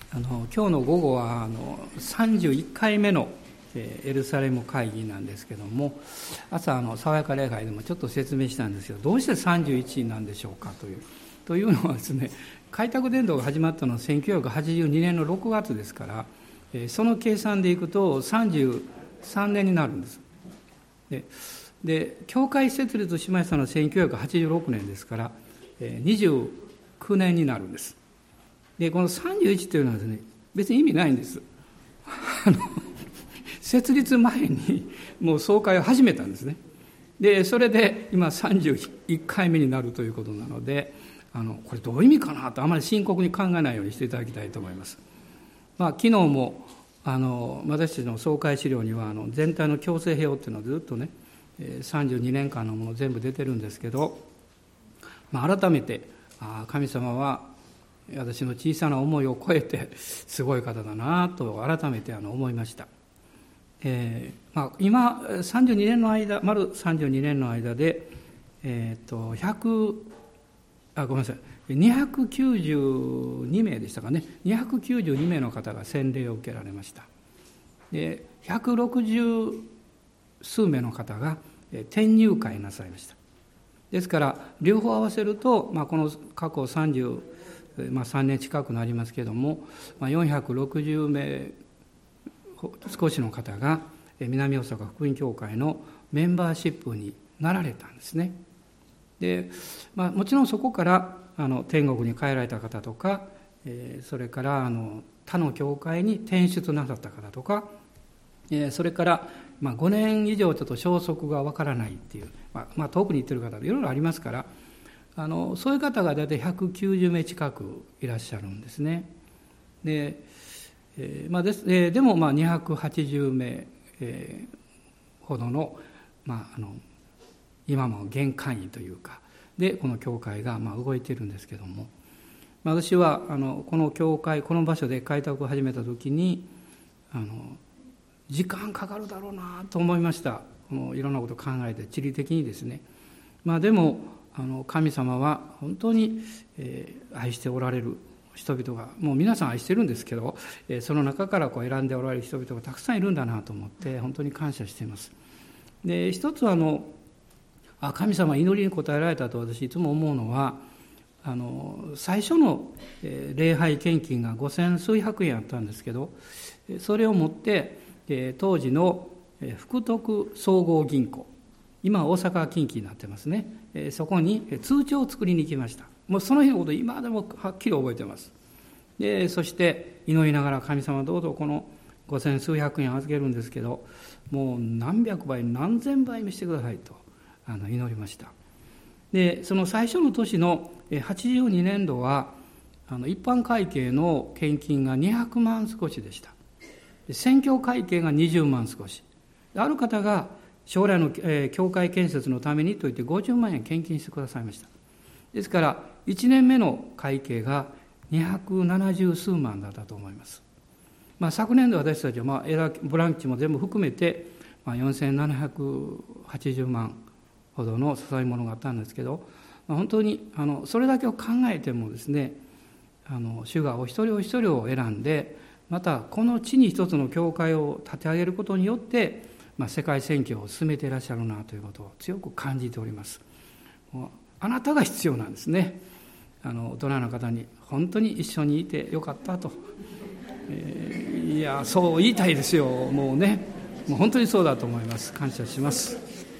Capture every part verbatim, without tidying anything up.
あの今日の午後はあのさんじゅういっかいめのエルサレム会議なんですけども、朝あの爽やか礼拝でもちょっと説明したんですけど、どうしてさんじゅういちなんでしょうかというというのはですね、開拓伝道が始まったのはせんきゅうひゃくはちじゅうにねんのろくがつですから、その計算でいくとさんじゅうさんねんになるんです。でで教会設立しましたのはせんきゅうひゃくはちじゅうろくねんですから、にじゅうきゅうねんになるんです。でこのさんじゅういちというのはですね、別に意味ないんです。あの設立前にもう総会を始めたんですね。でそれで今さんじゅういっかいめになるということなので、あのこれどういう意味かなとあまり深刻に考えないようにしていただきたいと思います。まあ、昨日もあの私たちの総会資料にはあの全体の強制平和っていうのはずっとねさんじゅうにねんかんのもの全部出てるんですけど、まあ、改めてあ神様は私の小さな思いを超えてすごい方だなと改めてあの思いました。えーまあ、今さんじゅうにねんの間丸さんじゅうにねんの間で、えー、とひゃくあごめんなさいにひゃくきゅうじゅうにめいでしたかね、にひゃくきゅうじゅうにめいの方が洗礼を受けられました。でひゃくろくじゅうすうめいの方が転入会なさいました。ですから両方合わせると、まあ、この過去さんじゅう、まあ、さんねん近くなりますけれども、まあ、よんひゃくろくじゅうめい少しの方が南大阪福音教会のメンバーシップになられたんですね。で、まあ、もちろんそこからあの天国に帰られた方とか、えー、それからあの他の教会に転出なさった方とか、えー、それから、まあ、ごねん以上ちょっと消息がわからないっていう、まあまあ、遠くに行ってる方いろいろありますから、あのそういう方が大体ひゃくきゅうじゅうめい近くいらっしゃるんですね。でえーまあ、ですえー、でもまあにひゃくはちじゅうめい、えー、ほどの、まあ、あの今も現会員というかでこの教会がまあ動いているんですけども、まあ、私はあのこの教会この場所で開拓を始めた時にあの時間かかるだろうなと思いました。このいろんなことを考えて地理的にですね、まあ、でもあの神様は本当に、えー、愛しておられる人々がもう皆さん愛してるんですけど、その中からこう選んでおられる人々がたくさんいるんだなと思って本当に感謝しています。で一つあのあ神様祈りに応えられたと私いつも思うのは、あの最初の礼拝献金が五千数百円あったんですけど、それを持って当時の福徳総合銀行、今大阪近畿になってますね、そこに通帳を作りに行きました。もうその日のこと今でもはっきり覚えています。でそして祈りながら神様どうぞこの五千数百円預けるんですけど、もう何百倍何千倍見せてくださいとあの祈りました。でその最初の年のはちじゅうにねんどはあの一般会計の献金がにひゃくまん少しでした。宣教会計がにじゅうまん少し、ある方が将来の、えー、教会建設のためにといってごじゅうまんえん献金してくださいました。ですからいちねんめの会計がにひゃくななじゅうすうまんだったと思います。まあ、昨年度私たちは、まあ、ブランチも全部含めて、まあ、よんせんななひゃくはちじゅうまんほどの注ぎ物があったんですけど、まあ、本当にあのそれだけを考えてもですね、あの主がお一人お一人を選んで、またこの地に一つの教会を立て上げることによって、まあ、世界宣教を進めていらっしゃるなということを強く感じております。あなたが必要なんですね。あの大人の方に本当に一緒にいてよかったと、えー、いやそう言いたいですよ。もうね、もう本当にそうだと思います。感謝します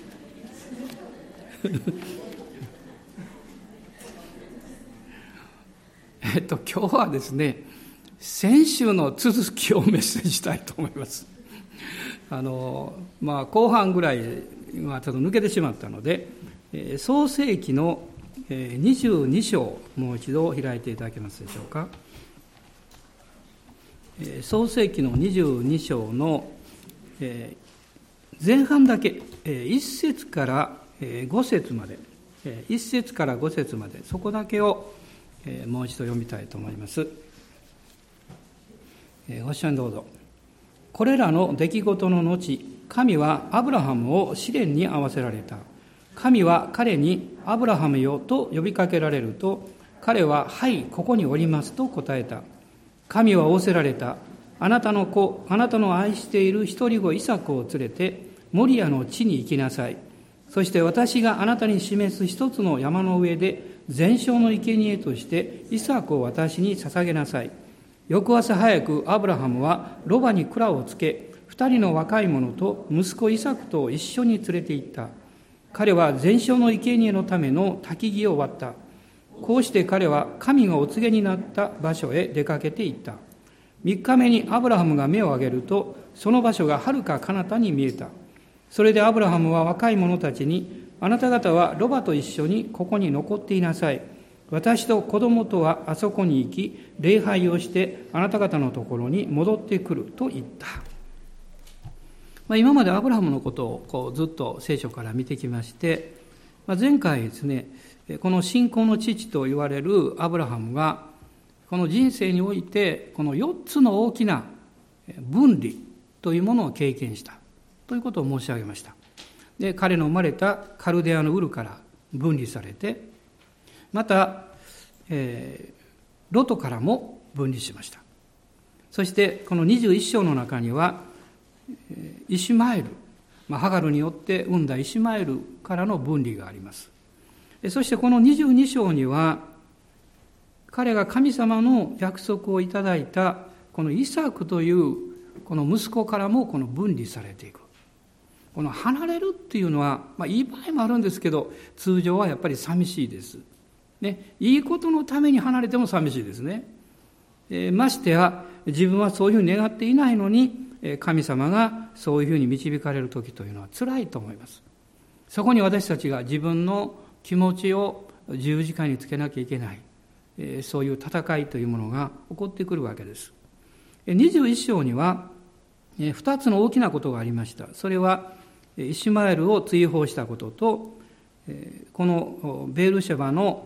えっと今日はですね、先週の続きをメッセージしたいと思います。あのまあ後半ぐらいはちょっと抜けてしまったので、創世記のにじゅうにしょうもう一度開いていただけますでしょうか。創世記のにじゅうにしょうの前半だけいっせつからごせつまで、いっせつからごせつまで、そこだけをもう一度読みたいと思います。ご一緒にどうぞ。これらの出来事の後、神はアブラハムを試練に合わせられた。神は彼にアブラハムよと呼びかけられると、彼ははいここにおりますと答えた。 神は仰せられた。あなたの子、あなたの愛している一人子イサクを連れて、モリアの地に行きなさい。そして私があなたに示す一つの山の上で、全焼の生贄としてイサクを私に捧げなさい。翌朝早くアブラハムはロバに鞍をつけ、二人の若い者と息子イサクと一緒に連れて行った。彼は全焼の生贄のための焚き木を割った。こうして彼は神がお告げになった場所へ出かけて行った。三日目にアブラハムが目を上げると、その場所がはるか彼方に見えた。それでアブラハムは若い者たちに、あなた方はロバと一緒にここに残っていなさい。私と子供とはあそこに行き、礼拝をしてあなた方のところに戻ってくると言った。まあ、今までアブラハムのことをこうずっと聖書から見てきまして、まあ、前回ですね、この信仰の父と言われるアブラハムが、この人生において、このよっつの大きな分離というものを経験したということを申し上げました。で、彼の生まれたカルデアのウルから分離されて、また、えー、ロトからも分離しました。そして、このにじゅういっ章の中には、イシマエル、まあ、ハガルによって生んだイシマエルからの分離があります。そしてこのにじゅうに章には、彼が神様の約束をいただいたこのイサクというこの息子からもこの分離されていく。この離れるっていうのは、まあ、いい場合もあるんですけど、通常はやっぱり寂しいです。ね、いいことのために離れても寂しいですね。えー、ましてや自分はそういうふうに願っていないのに、神様がそういうふうに導かれる時というのは辛いと思います。そこに私たちが自分の気持ちを十字架につけなきゃいけない、そういう戦いというものが起こってくるわけです。にじゅういっ章にはふたつの大きなことがありました。それはイシマエルを追放したことと、このベールシェバの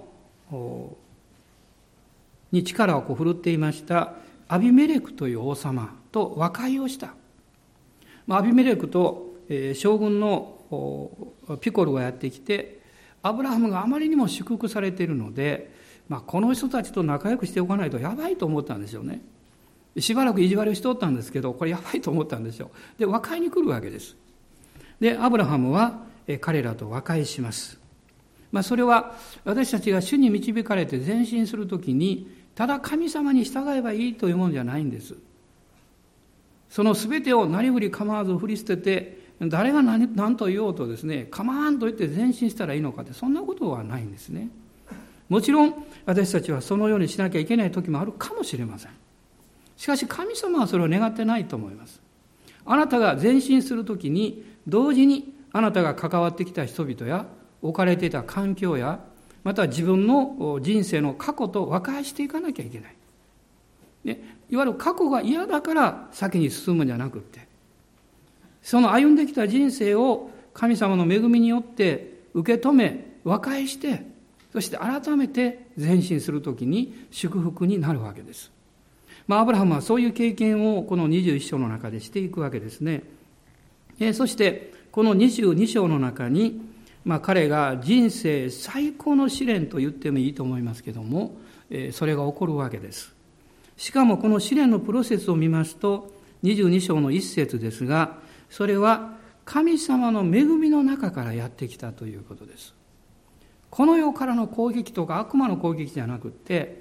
に力をこう振るっていましたアビメレクという王様と和解をした。アビメレクと将軍のピコルがやってきて、アブラハムがあまりにも祝福されているので、まあ、この人たちと仲良くしておかないとやばいと思ったんですよね。しばらく意地悪をしておったんですけど、これやばいと思ったんですよ。で、和解に来るわけです。で、アブラハムは彼らと和解します。まあ、それは私たちが主に導かれて前進するときに、ただ神様に従えばいいというものじゃないんです。そのすべてを何振り構わず振り捨てて、誰が 何, 何と言おうとですね、構わんと言って前進したらいいのかって、そんなことはないんですね。もちろん私たちはそのようにしなきゃいけない時もあるかもしれません。しかし神様はそれを願ってないと思います。あなたが前進するときに、同時にあなたが関わってきた人々や置かれていた環境や、また自分の人生の過去と和解していかなきゃいけない。で、いわゆる過去が嫌だから先に進むんじゃなくって、その歩んできた人生を神様の恵みによって受け止め、和解して、そして改めて前進するときに祝福になるわけです。まあ、アブラハムはそういう経験をこのにじゅういっ章の中でしていくわけですね。えー、そしてこのにじゅうに章の中に、まあ、彼が人生最高の試練と言ってもいいと思いますけども、えー、それが起こるわけです。しかもこの試練のプロセスを見ますと、にじゅうに章の一節ですが、それは神様の恵みの中からやってきたということです。この世からの攻撃とか悪魔の攻撃じゃなくって、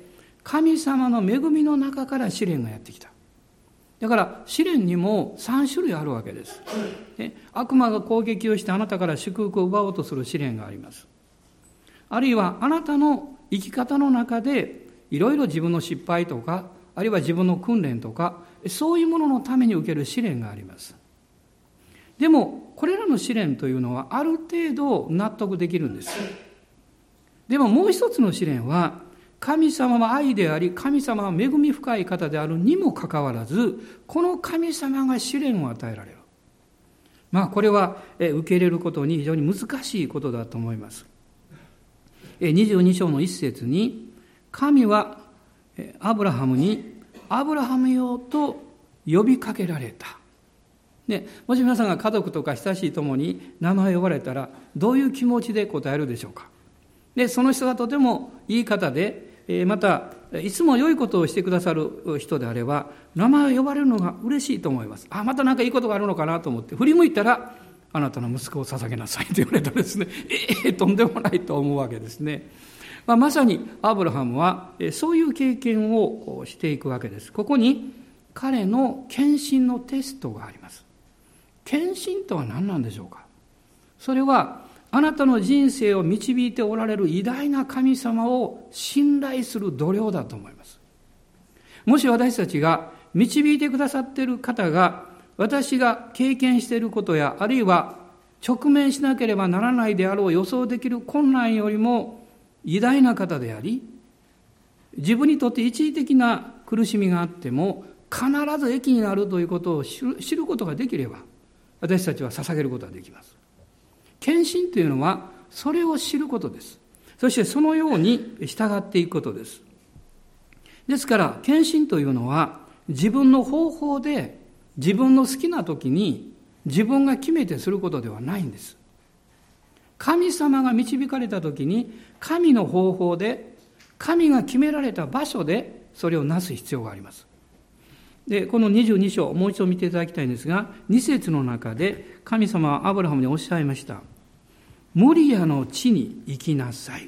神様の恵みの中から試練がやってきた。だから試練にもさん種類あるわけです。悪魔が攻撃をしてあなたから祝福を奪おうとする試練があります。あるいはあなたの生き方の中でいろいろ自分の失敗とか、あるいは自分の訓練とか、そういうもののために受ける試練があります。でもこれらの試練というのはある程度納得できるんです。でももう一つの試練は、神様は愛であり、神様は恵み深い方であるにもかかわらず、この神様が試練を与えられる。まあこれは受け入れることに非常に難しいことだと思います。にじゅうに章の一節に、神はアブラハムにアブラハムよと呼びかけられた。ね、もし皆さんが家族とか親しい友に名前を呼ばれたら、どういう気持ちで答えるでしょうか。で、その人がとてもいい方で、 またいつも良いことをしてくださる人であれば、名前を呼ばれるのが嬉しいと思います。あ、また何かいいことがあるのかなと思って振り向いたら、あなたの息子を捧げなさいと言われたらですね、ええとんでもないと思うわけですね。まあ、まさにアブラハムはそういう経験をしていくわけです。ここに彼の献身のテストがあります。献身とは何なんでしょうか。それはあなたの人生を導いておられる偉大な神様を信頼する度量だと思います。もし私たちが導いてくださっている方が、私が経験していることや、あるいは直面しなければならないであろう予想できる困難よりも偉大な方であり、自分にとって一時的な苦しみがあっても必ず益になるということを知る、知ることができれば、私たちは捧げることができます。献身というのはそれを知ることです。そしてそのように従っていくことです。ですから献身というのは自分の方法で自分の好きな時に自分が決めてすることではないんです。神様が導かれた時に神の方法で、神が決められた場所でそれをなす必要があります。で、このにじゅうに章、もう一度見ていただきたいんですが、に節の中で神様はアブラハムにおっしゃいました。モリアの地に行きなさい。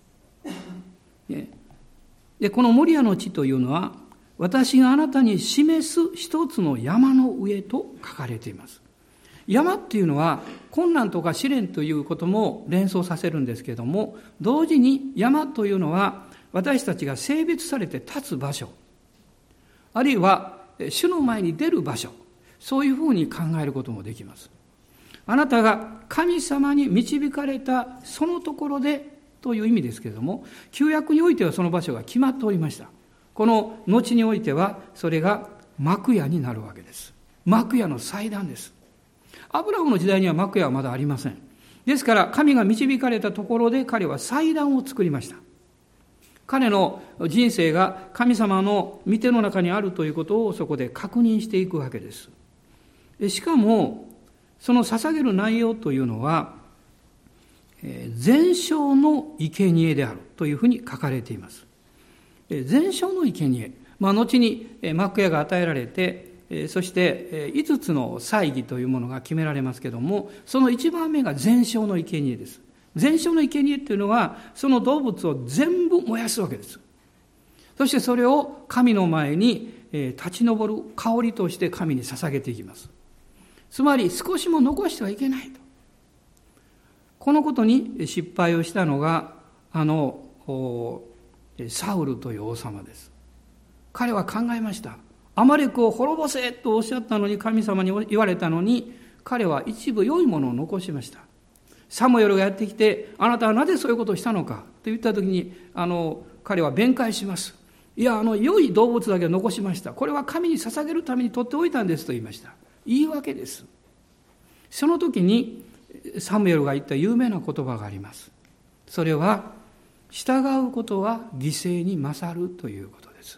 で、このモリアの地というのは、私があなたに示す一つの山の上と書かれています。山っていうのは困難とか試練ということも連想させるんですけれども、同時に山というのは私たちが性別されて立つ場所、あるいは主の前に出る場所、そういうふうに考えることもできます。あなたが神様に導かれたそのところでという意味ですけれども、旧約においてはその場所が決まっておりました。この後においてはそれが幕屋になるわけです。幕屋の祭壇です。アブラハムの時代には幕屋はまだありません。ですから神が導かれたところで彼は祭壇を作りました。彼の人生が神様の御手の中にあるということをそこで確認していくわけです。しかもその捧げる内容というのは全焼の生贄であるというふうに書かれています。全焼の生贄、まあ、後に幕屋が与えられて、そしていつつの祭儀というものが決められますけれども、その一番目が全焼の生贄です。全焼の生贄というのはその動物を全部燃やすわけです。そしてそれを神の前に立ち上る香りとして神に捧げていきます。つまり少しも残してはいけないと。このことに失敗をしたのがあのサウルという王様です。彼は考えました。アマレクを滅ぼせとおっしゃったのに、神様に言われたのに、彼は一部良いものを残しました。サムエルがやってきて、あなたはなぜそういうことをしたのかと言ったときに、あの彼は弁解します。いや、あの良い動物だけ残しました。これは神に捧げるために取っておいたんですと言いました。言い訳です。その時にサムエルが言った有名な言葉があります。それは、従うことは犠牲に勝るということです。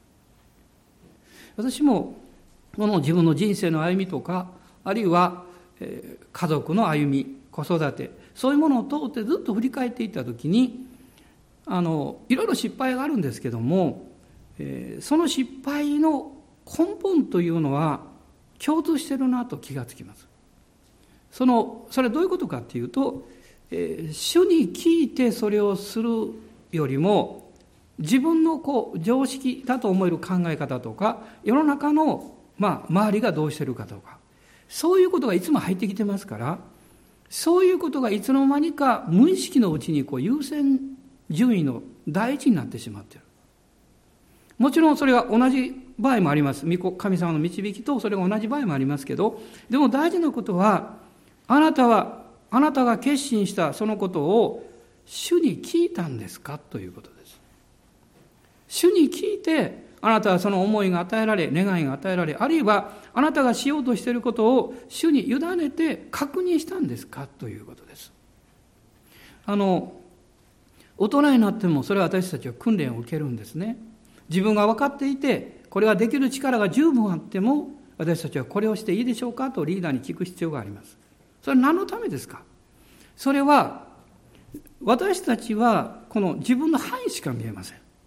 私もこの自分の人生の歩みとか、あるいは家族の歩み、子育て、そういうものを通ってずっと振り返っていったときに、あのいろいろ失敗があるんですけども、えー、その失敗の根本というのは共通してるなと気がつきます。そのそれはどういうことかっていうと、えー、主に聞いてそれをするよりも、自分のこう常識だと思える考え方とか、世の中の、まあ、周りがどうしてるかとか、そういうことがいつも入ってきてますから、そういうことがいつの間にか無意識のうちにこう優先順位の第一になってしまっている。もちろんそれは同じ場合もあります。神様の導きとそれが同じ場合もありますけど、でも大事なことは、あなたはあなたが決心したそのことを主に聞いたんですかということです。主に聞いて、あなたはその思いが与えられ、願いが与えられ、あるいはあなたがしようとしていることを主に委ねて確認したんですかということです。あの大人になってもそれは私たちは訓練を受けるんですね。自分が分かっていて、これができる力が十分あっても、私たちはこれをしていいでしょうかとリーダーに聞く必要があります。それは何のためですか？それは私たちはこの自分の範囲しか見えません。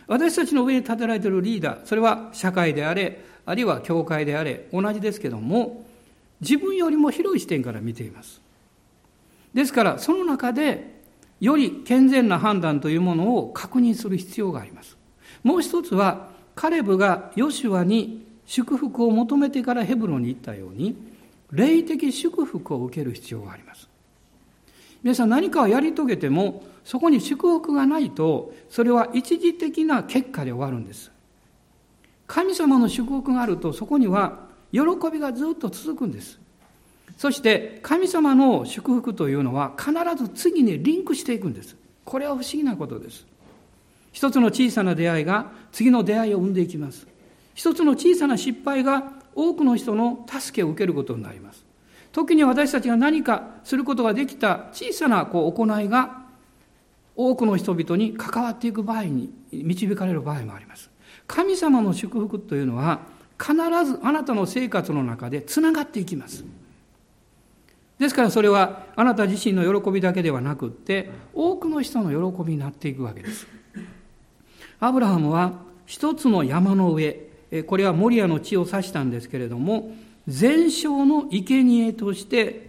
私たちの上に立てられているリーダー、それは社会であれ、あるいは教会であれ、同じですけども、自分よりも広い視点から見ています。ですから、その中で、より健全な判断というものを確認する必要があります。もう一つは、カレブがヨシュアに祝福を求めてからヘブロンに行ったように、霊的祝福を受ける必要があります。皆さん、何かをやり遂げても、そこに祝福がないと、それは一時的な結果で終わるんです。神様の祝福があると、そこには喜びがずっと続くんです。そして神様の祝福というのは必ず次にリンクしていくんです。これは不思議なことです。一つの小さな出会いが次の出会いを生んでいきます。一つの小さな失敗が多くの人の助けを受けることになります。時に私たちが何かすることができた小さなこう行いが多くの人々に関わっていく場合に導かれる場合もあります。神様の祝福というのは必ずあなたの生活の中でつながっていきます。ですからそれはあなた自身の喜びだけではなくって多くの人の喜びになっていくわけです。アブラハムは一つの山の上、これはモリアの地を指したんですけれども、全焼の生贄として、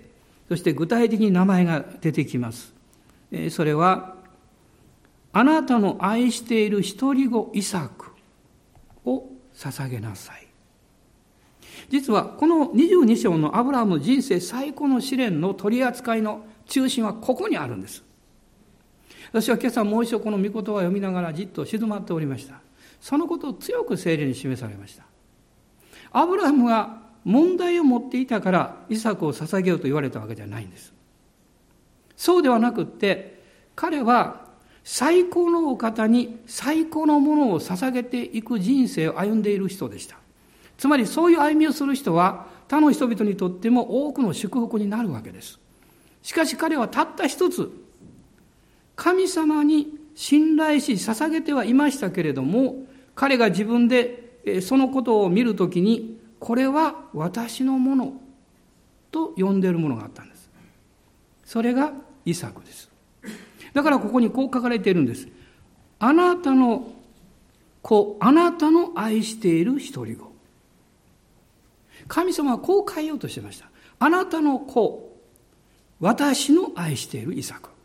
そして具体的に名前が出てきます。それはあなたの愛している一人子イサクを捧げなさい。実はこのにじゅうに章のアブラハム人生最高の試練の取り扱いの中心はここにあるんです。私は今朝もう一度この御言葉を読みながらじっと静まっておりました。そのことを強く聖霊に示されました。アブラハムが問題を持っていたからイサクを捧げようと言われたわけじゃないんです。そうではなくって彼は最高のお方に最高のものを捧げていく人生を歩んでいる人でした。つまりそういう歩みをする人は他の人々にとっても多くの祝福になるわけです。しかし彼はたった一つ、神様に信頼し捧げてはいましたけれども、彼が自分でそのことを見るときに、これは私のものと呼んでいるものがあったんです。それがイサクです。だからここにこう書かれているんです。あなたの子、あなたの愛している一人子。神様はこう変えようとしていました。あなたの子、私の愛しているイサク。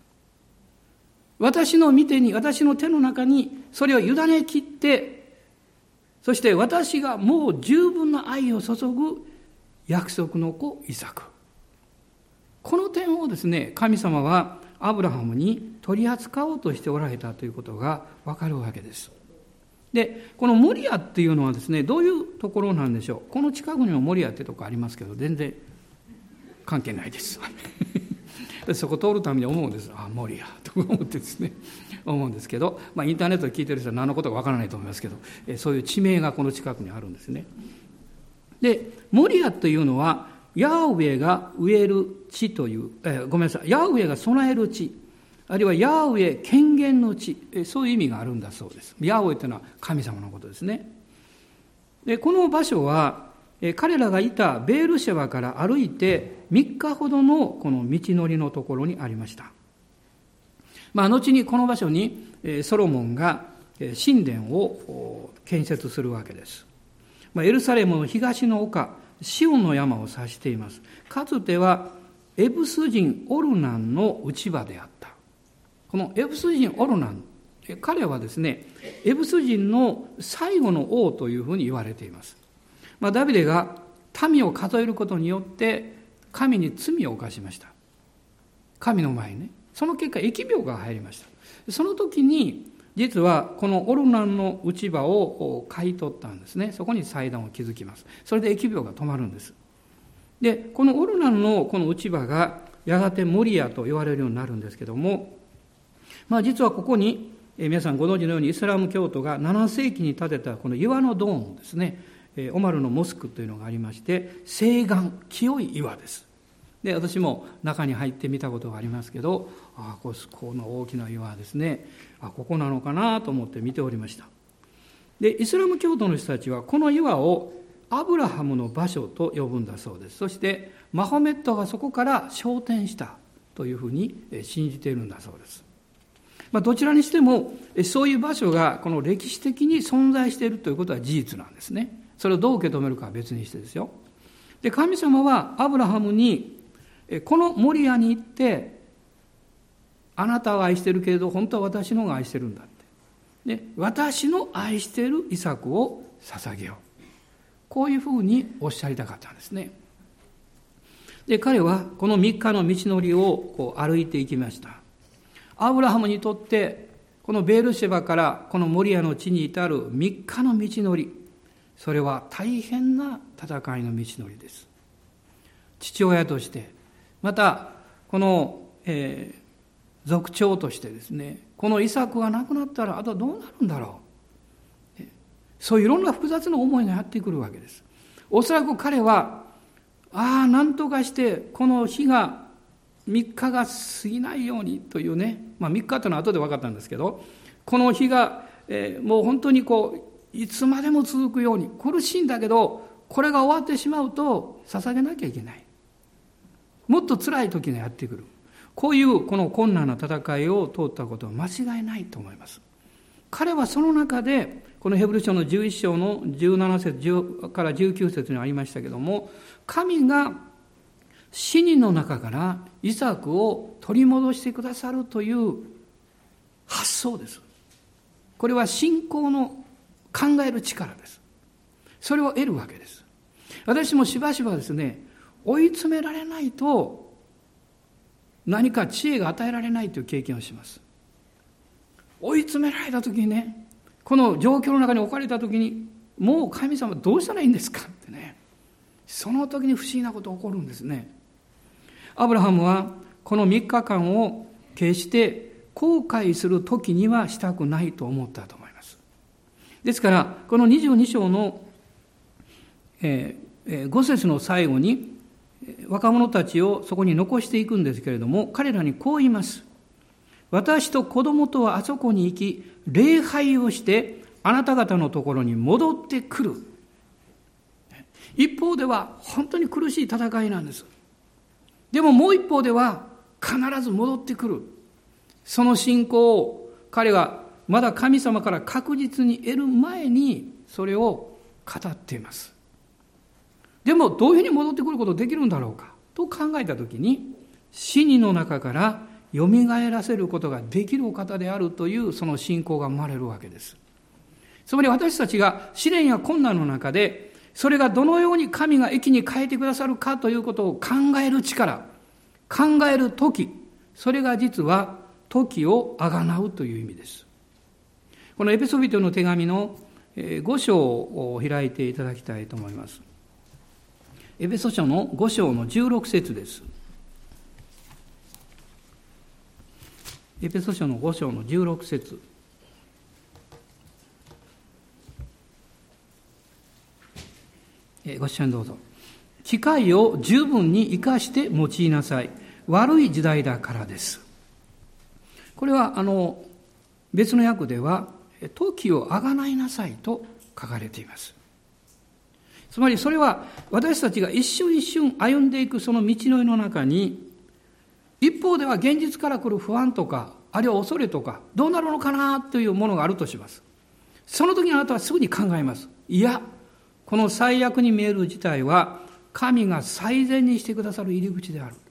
私の見てに、私の手の中にそれを委ね切って、そして私がもう十分な愛を注ぐ約束の子イサク。この点をですね、神様はアブラハムに取り扱おうとしておられたということがわかるわけです。で、このモリアっていうのはですね、どういうところなんでしょう。この近くにもモリアってとこありますけど、全然関係ないです。そこ通るために思うんです。あ、モリアと思ってですね、思うんですけど、まあインターネットで聞いてる人は何のことかわからないと思いますけど、そういう地名がこの近くにあるんですね。で、モリアというのは、ヤーウェが植える地という、えー、ごめんなさい、ヤーウェが備える地、あるいはヤーウェ権限の地、そういう意味があるんだそうです。ヤーウェというのは神様のことですね。で、この場所は、彼らがいたベールシェバから歩いてみっかほどのこの道のりのところにありました。まあ、後にこの場所にソロモンが神殿を建設するわけです。まあ、エルサレムの東の丘、シオンの山を指しています。かつてはエブス人オルナンの内場であった。このエブス人オルナン、彼はですね、エブス人の最後の王というふうに言われています。まあ、ダビデが民を数えることによって神に罪を犯しました。神の前にね。その結果、疫病が入りました。その時に、実はこのオルナンの内場を買い取ったんですね。そこに祭壇を築きます。それで疫病が止まるんです。で、このオルナンのこの内場がやがてモリアと言われるようになるんですけども、まあ実はここに、え皆さんご存知のようにイスラム教徒がなな世紀に建てたこの岩のドームですね、オマルのモスクというのがありまして、清岩、清い岩です。で、私も中に入ってみたことがありますけど、ああ、この大きな岩ですね、あ、ここなのかなと思って見ておりました。で、イスラム教徒の人たちはこの岩をアブラハムの場所と呼ぶんだそうです。そしてマホメットがそこから昇天したというふうに信じているんだそうです。 まあ、どちらにしてもそういう場所がこの歴史的に存在しているということは事実なんですね。それをどう受け止めるかは別にしてですよ。で、神様はアブラハムにこのモリアに行って、あなたを愛してるけれど本当は私の方が愛してるんだって。で、私の愛しているイサクを捧げよう。こういうふうにおっしゃりたかったんですね。で、彼はこのみっかの道のりをこう歩いていきました。アブラハムにとってこのベールシェバからこのモリアの地に至るみっかの道のり、それは大変な戦いの道のりです。父親として、またこの、えー、族長としてですね、このイサクが亡くなったらあとはどうなるんだろう、そういういろんな複雑な思いがやってくるわけです。おそらく彼はああ何とかしてこの日がみっかが過ぎないようにというね、まあ、みっかというのは後で分かったんですけど、この日が、えー、もう本当にこういつまでも続くように、苦しいんだけどこれが終わってしまうと捧げなきゃいけない、もっと辛い時がやってくる、こういうこの困難な戦いを通ったことは間違いないと思います。彼はその中でこのヘブル書のじゅういっ章のじゅうなな節からじゅうきゅう節にありましたけども、神が死人の中からイサクを取り戻してくださるという発想です。これは信仰の考える力です。それを得るわけです。私もしばしばですね、追い詰められないと何か知恵が与えられないという経験をします。追い詰められた時にね、この状況の中に置かれた時に、もう神様どうしたらいいんですかってね、その時に不思議なことが起こるんですね。アブラハムはこのみっかかんを決して後悔する時にはしたくないと思ったと思います。ですからこのにじゅうに章のご節の最後に若者たちをそこに残していくんですけれども、彼らにこう言います。私と子供とはあそこに行き、礼拝をしてあなた方のところに戻ってくる。一方では本当に苦しい戦いなんです。でももう一方では必ず戻ってくる。その信仰を彼がまだ神様から確実に得る前にそれを語っています。でもどういうふうに戻ってくることができるんだろうかと考えたときに、死人の中からよみがえらせることができるお方であるというその信仰が生まれるわけです。つまり私たちが試練や困難の中で、それがどのように神が益に変えてくださるかということを考える力、考える時、それが実は時をあがなうという意味です。このエペソビトの手紙のご章を開いていただきたいと思います。エペソ書のご章のじゅうろく節です。エペソ書のご章のじゅうろく節。ご一緒にどうぞ。機会を十分に生かして用いなさい。悪い時代だからです。これはあの別の訳では時をあがないなさいと書かれています。つまりそれは私たちが一瞬一瞬歩んでいくその道のりの中に、一方では現実から来る不安とか、あるいは恐れとか、どうなるのかなというものがあるとします。その時にあなたはすぐに考えます。いや、この最悪に見える事態は神が最善にしてくださる入り口である。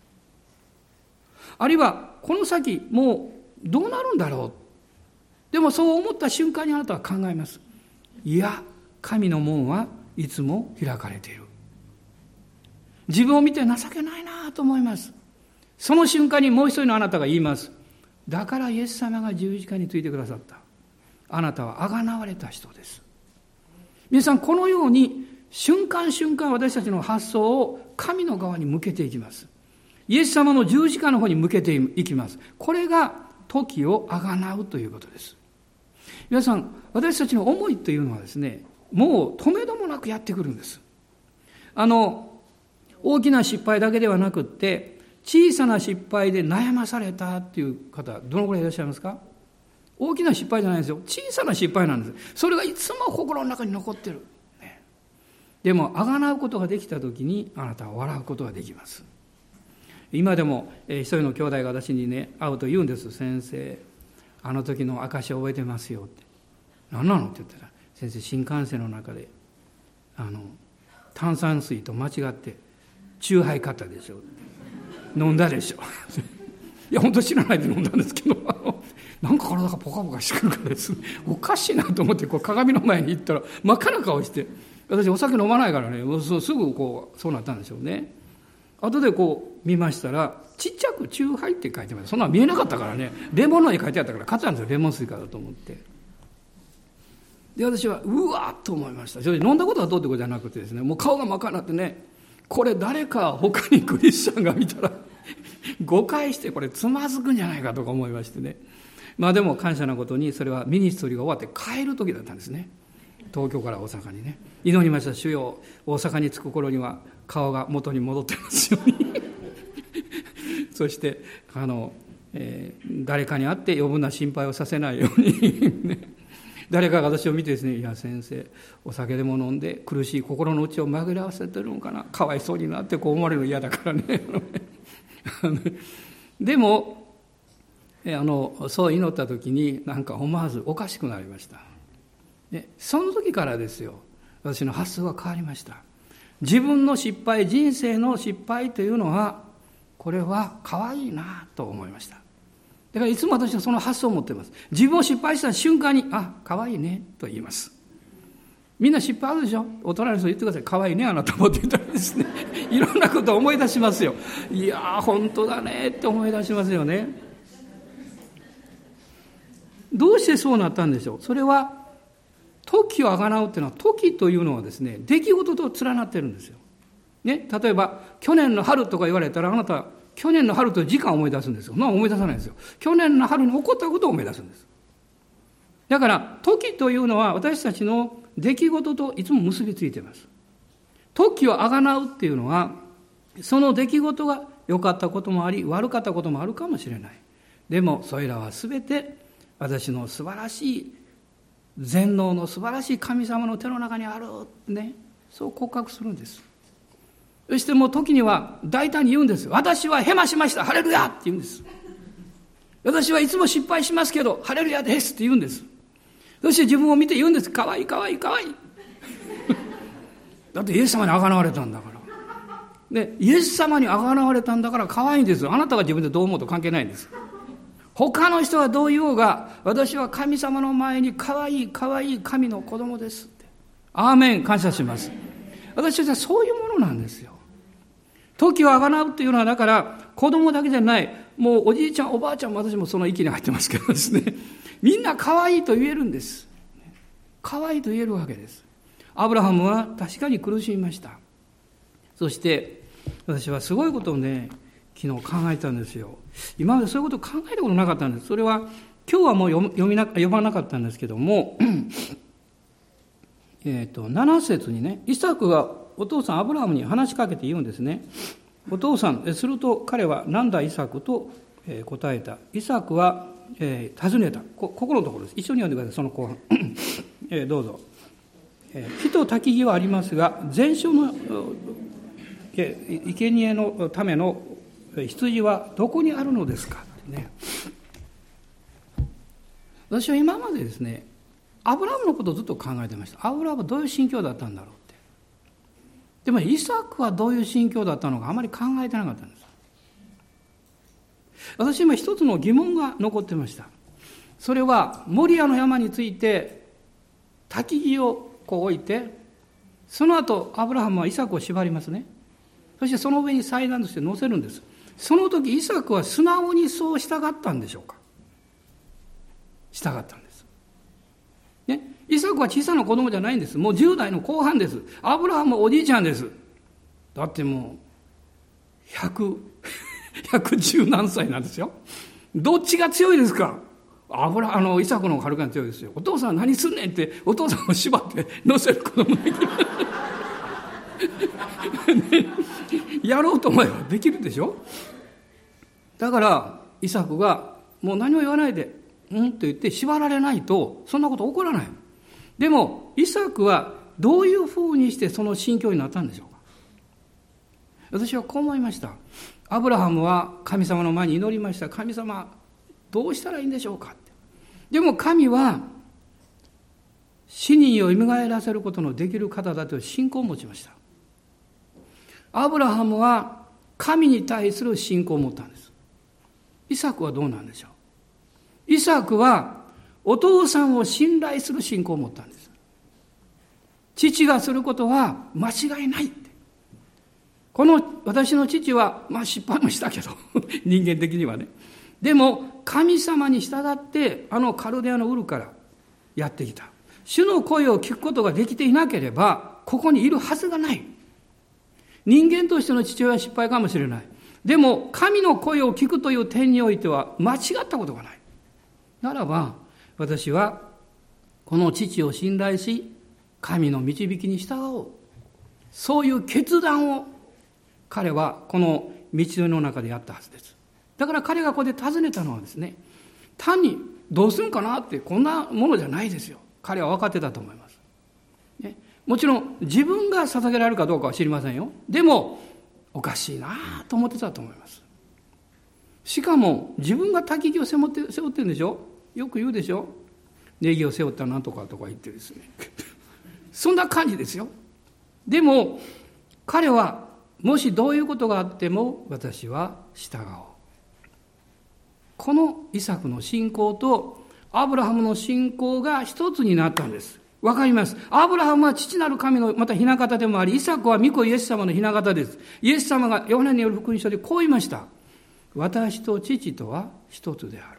あるいはこの先もうどうなるんだろう。でもそう思った瞬間にあなたは考えます。いや、神の門はいつも開かれている。自分を見て情けないなと思います。その瞬間にもう一人のあなたが言います。だからイエス様が十字架についてくださった。あなたは贖われた人です。皆さん、このように瞬間瞬間私たちの発想を神の側に向けていきます。イエス様の十字架の方に向けていきます。これが時をあがなうということです。皆さん、私たちの思いというのはですね、もう止めどもなくやってくるんです。あの大きな失敗だけではなくって小さな失敗で悩まされたっていう方どのくらいいらっしゃいますか？大きな失敗じゃないですよ。小さな失敗なんです。それがいつも心の中に残ってる、ね、でもあがなうことができた時にあなたは笑うことができます。今でも、えー、一人の兄弟が私にね会うと言うんです。先生、 あの時の証を覚えてますよって。何なのって言ったら、先生新幹線の中であの炭酸水と間違ってチューハイ買ったでしょ、飲んだでしょいや本当知らないで飲んだんですけどなんか体がポカポカしてくるからです、おかしいなと思ってこう鏡の前に行ったら真っ赤な顔して、私お酒飲まないからね、もうすぐこうそうなったんでしょうね。後でこう見ましたら、ちっちゃくチューハイって書いてました。そんなの見えなかったからね、レモンの絵書いてあったから買ったんですよ、レモン水からだと思って。で私はうわーっと思いました。正直飲んだことはどうってことじゃなくてですね、もう顔が真っ赤になってね、これ誰か他にクリスチャンが見たら誤解してこれつまずくんじゃないかとか思いましてね。まあでも感謝なことに、それはミニストリーが終わって帰る時だったんですね。東京から大阪にね、祈りました。主よ、大阪に着く頃には顔が元に戻ってますようにそしてあの、えー、誰かに会って余分な心配をさせないように、ね、誰かが私を見てですね、いや先生お酒でも飲んで苦しい心の内を紛らわせてるのかな、かわいそうになってこう思われるの嫌だからねでもあのそう祈った時になんか思わずおかしくなりました。でその時からですよ、私の発想が変わりました。自分の失敗、人生の失敗というのはこれは可愛いなと思いました。だからいつも私はその発想を持っています。自分を失敗した瞬間に、あ、可愛いねと言います。みんな失敗あるでしょ。大人の人言ってください。可愛いねあなたもって言ったらですねいろんなことを思い出しますよ。いやー本当だねって思い出しますよね。どうしてそうなったんでしょう。それは時をあがなうっていうのは、時というのはですね、出来事と連なってるんですよ。ね、例えば去年の春とか言われたら、あなたは去年の春という時間を思い出すんですよ。まあ思い出さないんですよ。去年の春に起こったことを思い出すんです。だから時というのは私たちの出来事といつも結びついています。時をあがなうっていうのは、その出来事が良かったこともあり悪かったこともあるかもしれない。でもそれらは全て私の素晴らしい全能の素晴らしい神様の手の中にある、ね、そう告白するんです。そしてもう時には大胆に言うんです。私はヘマしました、ハレルヤって言うんです。私はいつも失敗しますけどハレルヤですって言うんです。そして自分を見て言うんです。かわいいかわいいかわいいだってイエス様にあがなわれたんだから、ね、イエス様にあがなわれたんだからかわいいんです。あなたが自分でどう思うと関係ないんです。他の人はどう言おうが、私は神様の前にかわいいかわいい神の子供ですって。アーメン、感謝します。私たちはそういうものなんですよ。時をあがなうというのは、だから子供だけじゃない、もうおじいちゃんおばあちゃんも私もその域に入ってますけどですね、みんなかわいいと言えるんです。かわいいと言えるわけです。アブラハムは確かに苦しみました。そして私はすごいことをね、昨日考えたんですよ。今までそういうことを考えたことなかったんです。それは今日はもう 読, 読, みな読まなかったんですけどもえとなな節にね、イサクがお父さんアブラハムに話しかけて言うんですね。お父さん、すると彼はなんだイサクと答えた。イサクは、えー、尋ねた。 こ, ここのところです。一緒に読んでください。その後半、えー、どうぞ。えー、火と焚き木はありますが全焼の生贄のための羊はどこにあるのですかってね。私は今までですね、アブラハムのことをずっと考えてました。アブラハムはどういう心境だったんだろうって。でもイサクはどういう心境だったのかあまり考えてなかったんです。私今一つの疑問が残ってました。それはモリアの山について焚き木をこう置いて、その後アブラハムはイサクを縛りますね。そしてその上に祭壇として乗せるんです。その時イサクは素直にそう従ったんでしょうか。従ったんです、ね、イサクは小さな子供じゃないんです。もうじゅう代の後半です。アブラハムはおじいちゃんです。だってもうひゃく、ひゃくじゅう何歳なんですよ。どっちが強いですか。アブラあのイサクの方がはるかに強いですよ。お父さん何すんねんってお父さんを縛って乗せる子供がいるね、やろうと思えばできるでしょ。だからイサクがもう何も言わないでうんと言って縛られないとそんなこと起こらない。でもイサクはどういうふうにしてその心境になったんでしょうか。私はこう思いました。アブラハムは神様の前に祈りました。神様どうしたらいいんでしょうかって。 でも神は死人を蘇らせることのできる方だという信仰を持ちました。アブラハムは神に対する信仰を持ったんです。イサクはどうなんでしょう。イサクはお父さんを信頼する信仰を持ったんです。父がすることは間違いないって。この私の父は、まあ失敗もしたけど、人間的にはね。でも神様に従ってあのカルデアのウルからやってきた。主の声を聞くことができていなければ、ここにいるはずがない。人間としての父親は失敗かもしれない。でも神の声を聞くという点においては間違ったことがない。ならば私はこの父を信頼し、神の導きに従おう。そういう決断を彼はこの道の中でやったはずです。だから彼がここで尋ねたのはですね、単にどうするかなってこんなものじゃないですよ。彼は分かってたと思います。ね、もちろん自分が捧げられるかどうかは知りませんよ。でもおかしいなと思ってたと思います。しかも自分が焚き木を背負って背負ってるんでしょ。よく言うでしょ。ネギを背負ったなんとかとか言ってですね。そんな感じですよ。でも彼はもしどういうことがあっても私は従おう。このイサクの信仰とアブラハムの信仰が一つになったんです。わかります。アブラハムは父なる神のまた雛形でもあり、イサクは御子イエス様の雛形です。イエス様がヨハネによる福音書でこう言いました。私と父とは一つである。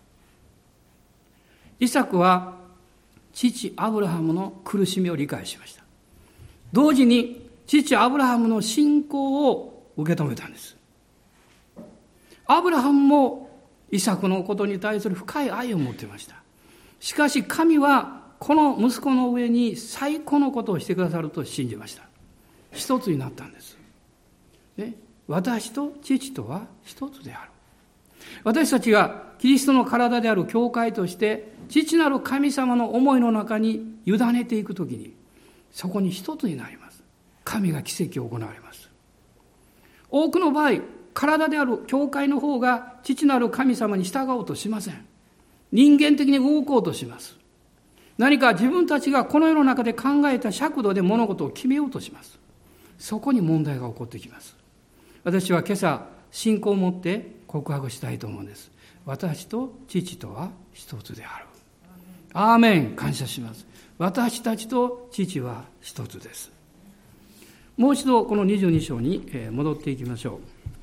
イサクは父アブラハムの苦しみを理解しました。同時に父アブラハムの信仰を受け止めたんです。アブラハムもイサクのことに対する深い愛を持っていました。しかし神はこの息子の上に最高のことをしてくださると信じました。一つになったんです。ね、私と父とは一つである。私たちがキリストの体である教会として父なる神様の思いの中に委ねていくときに、そこに一つになります。神が奇跡を行われます。多くの場合、体である教会の方が父なる神様に従おうとしません。人間的に動こうとします。何か自分たちがこの世の中で考えた尺度で物事を決めようとします。そこに問題が起こってきます。私は今朝信仰を持って告白したいと思うんです。私と父とは一つである。アーメン。感謝します。私たちと父は一つです。もう一度このにじゅうに章に戻っていきましょ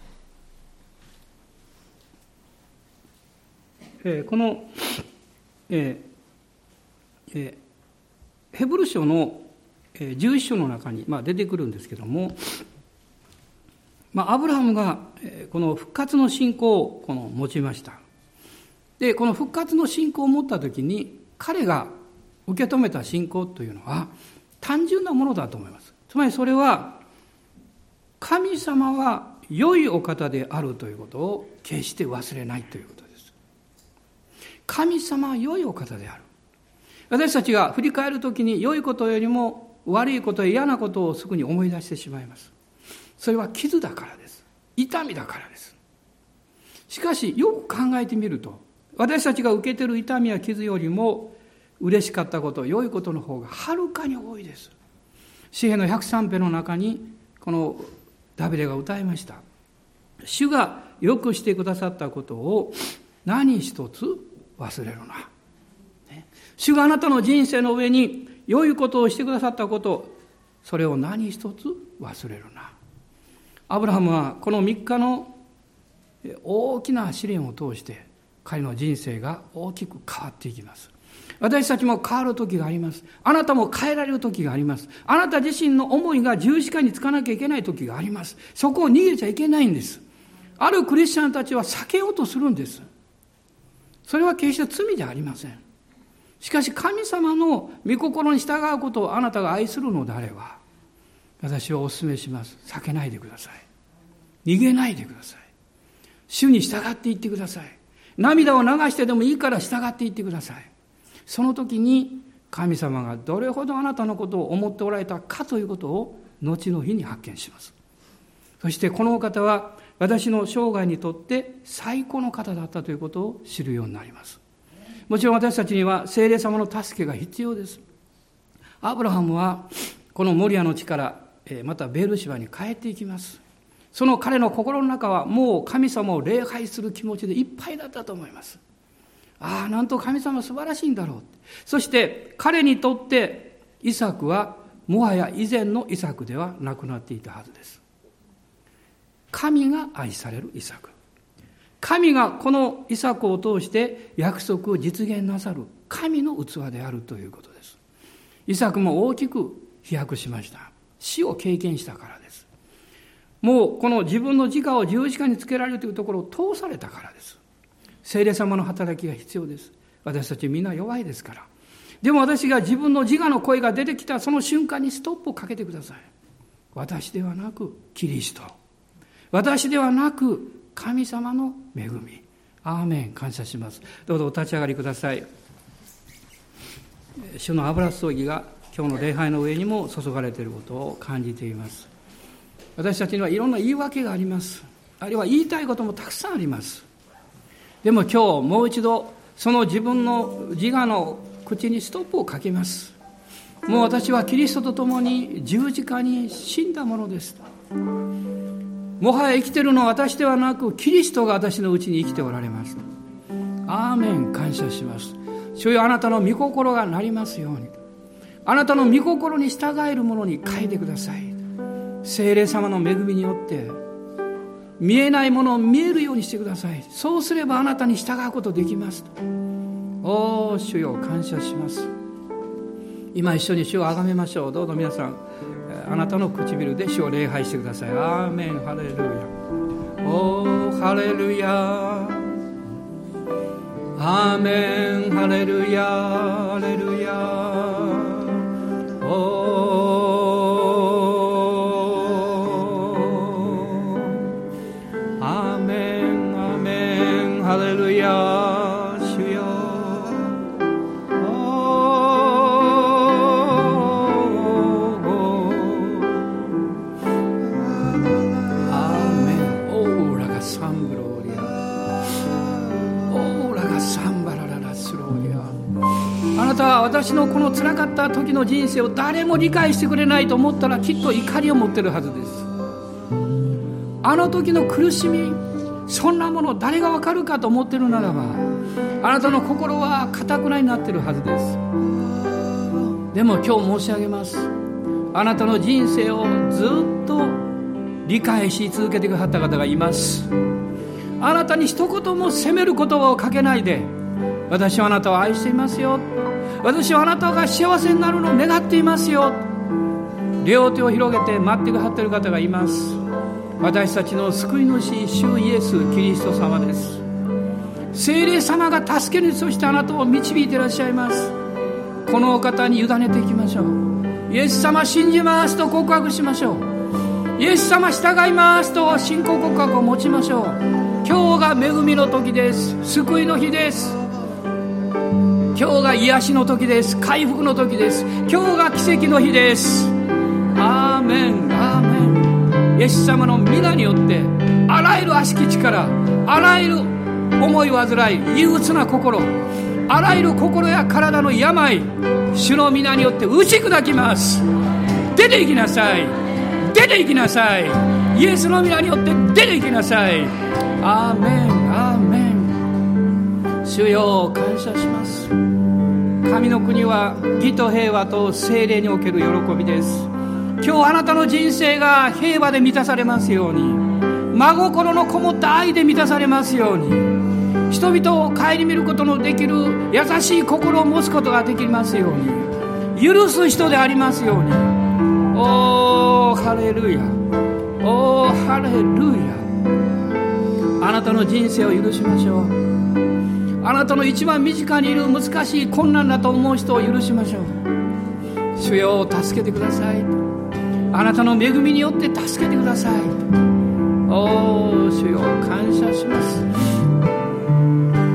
う。この、えー、ヘブル書のじゅういち章の中に、まあ、出てくるんですけども、まあ、アブラハムがこの復活の信仰をこの持ちました。で、この復活の信仰を持ったときに彼が受け止めた信仰というのは単純なものだと思います。つまりそれは神様は良いお方であるということを決して忘れないということです。神様は良いお方である。私たちが振り返るときに良いことよりも悪いことや嫌なことをすぐに思い出してしまいます。それは傷だからです。痛みだからです。しかしよく考えてみると、私たちが受けている痛みや傷よりも嬉しかったこと、良いことの方がはるかに多いです。詩篇のひゃくさん編の中にこのダビデが歌いました。主がよくしてくださったことを何一つ忘れるな。主があなたの人生の上に良いことをしてくださったこと、それを何一つ忘れるな。アブラハムはこのみっかの大きな試練を通して彼の人生が大きく変わっていきます。私たちも変わる時があります。あなたも変えられる時があります。あなた自身の思いが十字架につかなきゃいけない時があります。そこを逃げちゃいけないんです。あるクリスチャンたちは避けようとするんです。それは決して罪じゃありません。しかし神様の御心に従うことをあなたが愛するのであれば、私はお勧めします。避けないでください。逃げないでください。主に従っていってください。涙を流してでもいいから従っていってください。その時に神様がどれほどあなたのことを思っておられたかということを後の日に発見します。そしてこのお方は私の生涯にとって最高の方だったということを知るようになります。 もちろん私たちには聖霊様の助けが必要です。アブラハムはこのモリアの地からまたベールシバに帰っていきます。その彼の心の中はもう神様を礼拝する気持ちでいっぱいだったと思います。ああ、なんと神様素晴らしいんだろう。そして彼にとってイサクはもはや以前のイサクではなくなっていたはずです。神が愛されるイサク。神がこのイサクを通して約束を実現なさる神の器であるということです。イサクも大きく飛躍しました。死を経験したからです。もうこの自分の自我を十字架につけられるというところを通されたからです。聖霊様の働きが必要です。私たちみんな弱いですから。でも私が自分の自我の声が出てきたその瞬間にストップをかけてください。私ではなくキリスト。私ではなく神様の恵み。アーメン。感謝します。どうぞお立ち上がりください。主の油注ぎが今日の礼拝の上にも注がれていることを感じています。私たちにはいろんな言い訳があります。あるいは言いたいこともたくさんあります。でも今日もう一度その自分の自我の口にストップをかけます。もう私はキリストと共に十字架に死んだものです。もはや生きているのは私ではなくキリストが私のうちに生きておられます。アーメン。感謝します。主よ、あなたの御心がなりますように、あなたの御心に従えるものに変えてください。聖霊様の恵みによって見えないものを見えるようにしてください。そうすればあなたに従うことできます。おー、主よ、感謝します。今一緒に主をあがめましょう。どうぞ皆さん、あなたの唇で主を礼拝してください。アーメン。ハレルヤ。おー、ハレルヤ。アーメン。ハレルヤ。ハレルヤ。おー、ハレルヤ、主よ。アーメン。オーラがサンブローリア。オーラがサンバラララスローリア。あなたは私のこの辛かった時の人生を誰も理解してくれないと思ったらきっと怒りを持ってるはずです。あの時の苦しみ、そんなもの誰がわかるかと思っているならば、あなたの心は堅くなになっているはずです。でも今日申し上げます。あなたの人生をずっと理解し続けてくださった方がいます。あなたに一言も責める言葉をかけないで、私はあなたを愛していますよ、私はあなたが幸せになるのを願っていますよ、両手を広げて待ってくださっている方がいます。私たちの救い主、主イエスキリスト様です。聖霊様が助け主としてあなたを導いていらっしゃいます。このお方に委ねていきましょう。イエス様信じますと告白しましょう。イエス様従いますと信仰告白を持ちましょう。今日が恵みの時です。救いの日です。今日が癒しの時です。回復の時です。今日が奇跡の日です。アーメン、アーメン。イエス様の皆によってあらゆる悪しき力、あらゆる思い煩い、憂鬱な心、あらゆる心や体の病、主の皆によって打ち砕きます。出て行きなさい、出て行きなさい。イエスの皆によって出て行きなさい。アーメン、アーメン。主よ、感謝します。神の国は義と平和と聖霊における喜びです。今日あなたの人生が平和で満たされますように、真心のこもった愛で満たされますように、人々を顧みることのできる優しい心を持つことができますように、許す人でありますように。おーハレルヤ、おーハレルヤ。あなたの人生を許しましょう。あなたの一番身近にいる難しい困難だと思う人を許しましょう。主よ、助けてください。あなたの恵みによって助けてください。おー主よ、感謝します。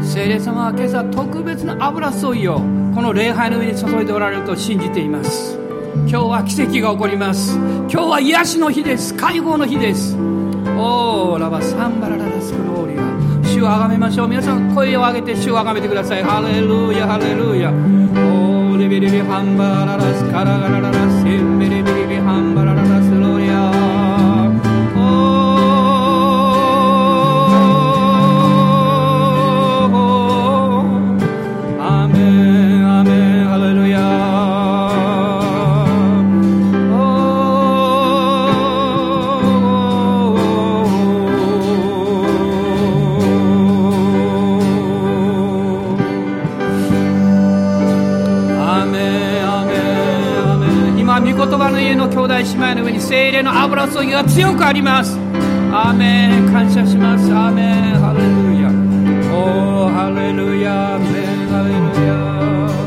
聖霊様は今朝特別な油注いをこの礼拝の上に注いでおられると信じています。今日は奇跡が起こります。今日は癒しの日です。解放の日です。おーラバサンバラララスクローリア。 主をあがめましょう。皆さん声を上げて主をあがめてください。ハレルヤハレルヤ。オレビリビハンバララスカラガラララスエンベリビリビハンバラララスロリア。兄弟姉妹の上に聖霊の油注ぎが強くあります。アーメン。感謝します。アーメン。ハレルヤ。おーハレルヤ。アーメン。ハレルヤ。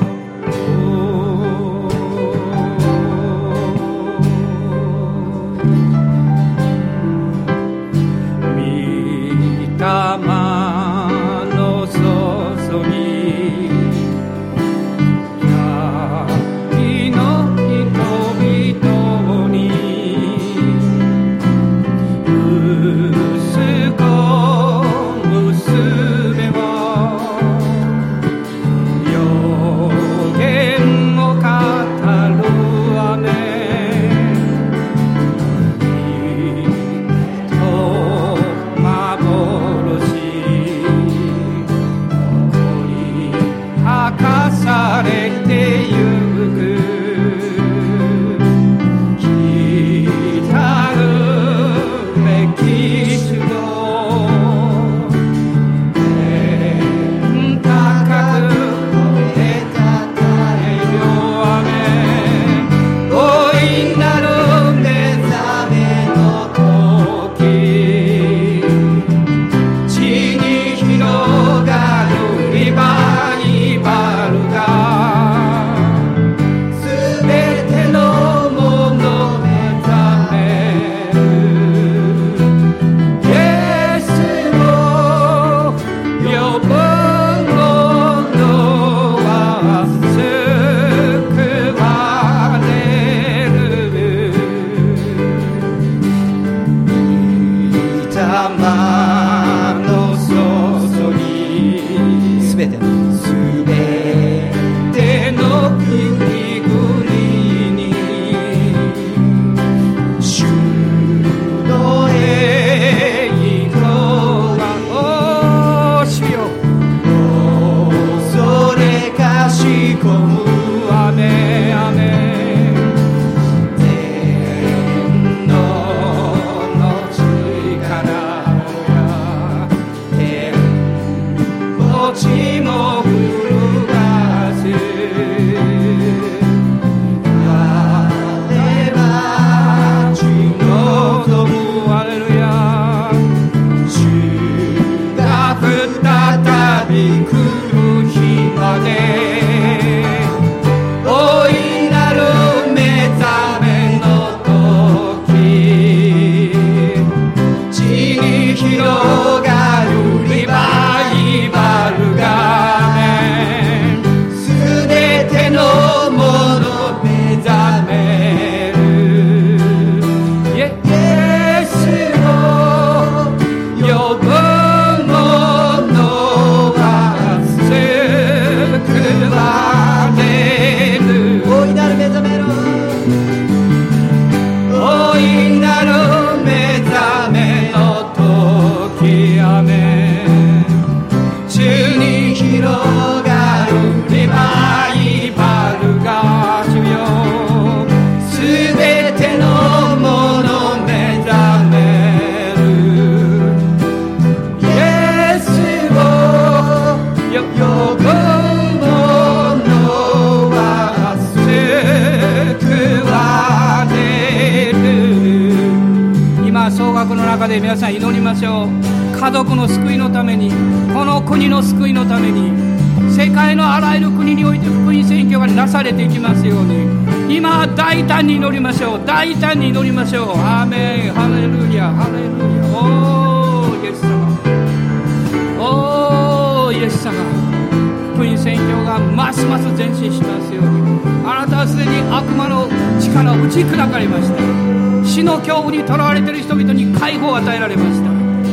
皆さん祈りましょう。家族の救いのために、この国の救いのために、世界のあらゆる国において福音宣教がなされていきますように、今大胆に祈りましょう。大胆に祈りましょう。アーメン。ハレルヤハレルヤ。おーイエス様、おーイエス様、福音宣教がますます前進しますように。あなたはすでに悪魔の力を打ち砕かれました。死の恐怖にとらわれている人々に解放を与えられました。イ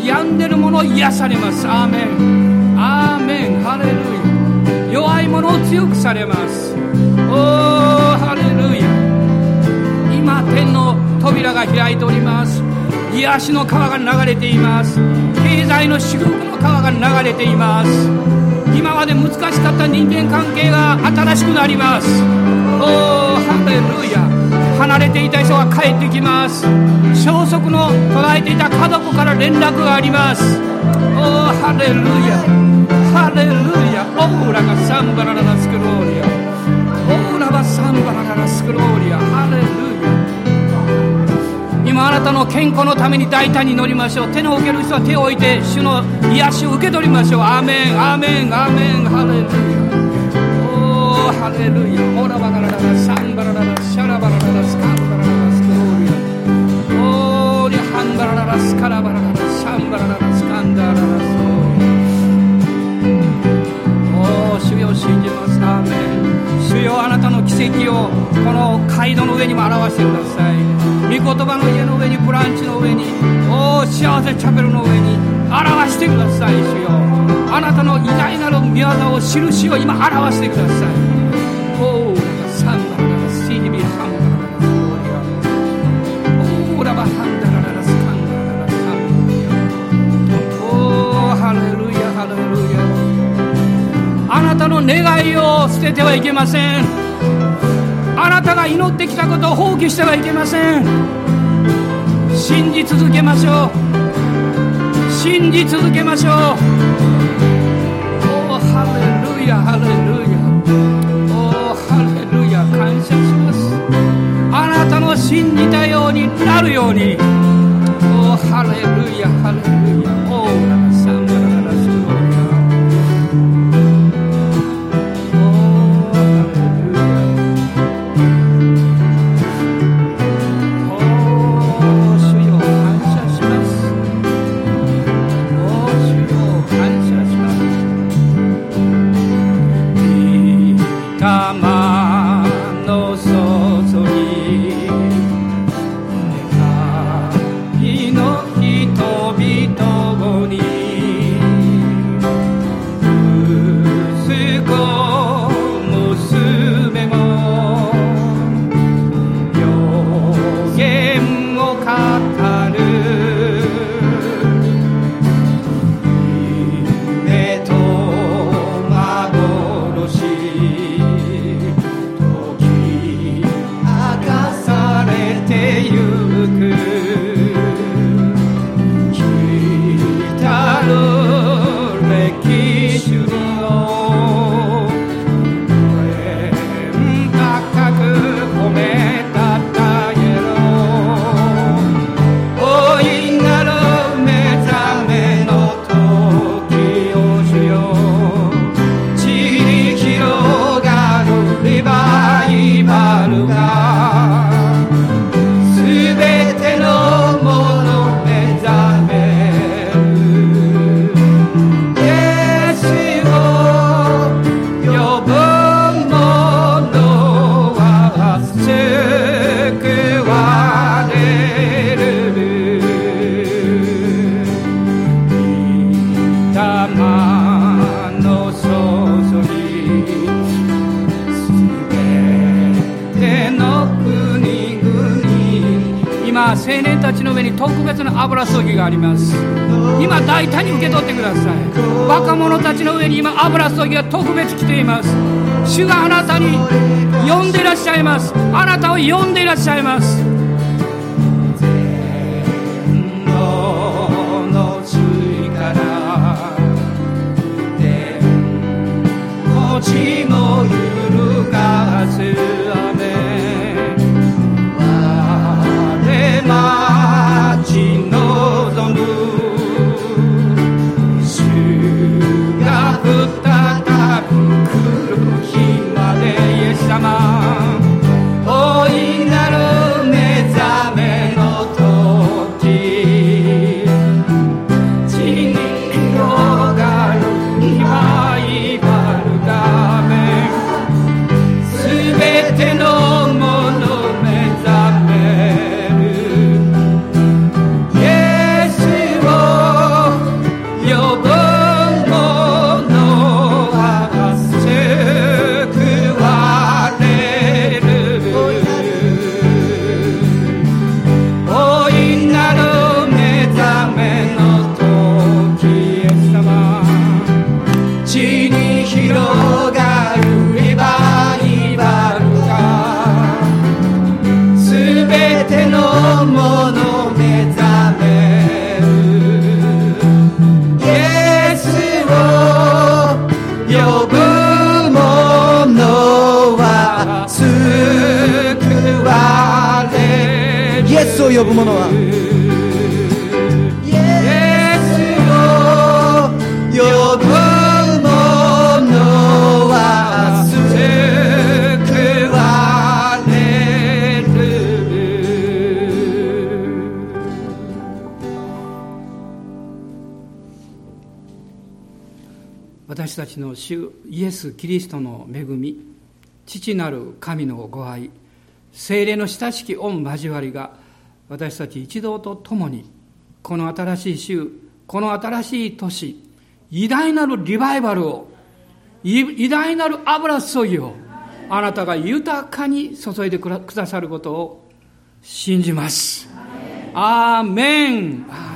病んでる者癒されます。アーメンアーメン。ハレルヤ。弱い者を強くされます。おーハレルヤ。今天の扉が開いております。癒しの川が流れています。経済の祝福の川が流れています。今まで難しかった人間関係が新しくなります。おーハレルヤ。離れていた人が帰ってきます。消息の途絶えていた家族から連絡があります。おーハレルヤハレルヤ。オーラがサンバラララスクローリア。オーラはサンバラララスクローリア。ハレルヤ。今あなたの健康のために大胆に乗りましょう。手の置ける人は手を置いて主の癒しを受け取りましょう。アーメンアーメンアーメン。ハレルヤ。おーハレルヤ。オラバラララサンバラララシャラバラララスカンバラララスクローリア。オーリハンバラララスカラバラララシャンバラララスカンダララスクローリア。おー主よ信じます。アーメン。主よあなたの奇跡をこの街道の上にも表してください。御言葉の家の上にブランチの上におー幸せチャペルの上に表してください。主よあなたの偉大なる御業を印を今表してください。おーサンバラララシービハンバラララスローリア。オーラバハンダラララスカンダラララサンバララ。おーハレルヤハレルヤ。あなたの願いを捨ててはいけません。あなたが祈ってきたことを放棄してはいけません。信じ続けましょう。信じ続けましょう。おーハレルヤハレルヤ。おーハレルヤ。感謝します。あなたの信じたようになるように。おーハレルヤハレルヤ。おーララサンバラララスローリア。青年たちの上に特別な油注ぎがあります。今大胆に受け取ってください。若者たちの上に今油注ぎが特別来ています。主があなたに呼んでいらっしゃいます。あなたを呼んでいらっしゃいます。地も揺るがす雨我待ち望む主が再び来る日までイエス様大いなる恵スを呼ぶ者はイエスを呼ぶ者は救われる。 私たちの主イエス・キリストの恵み、父なる神のご愛、聖霊の親しき御交わりが私たち一同と共に、この新しい週、この新しい年、偉大なるリバイバルを、偉大なる油注ぎをあなたが豊かに注いでくださることを信じます。アーメン。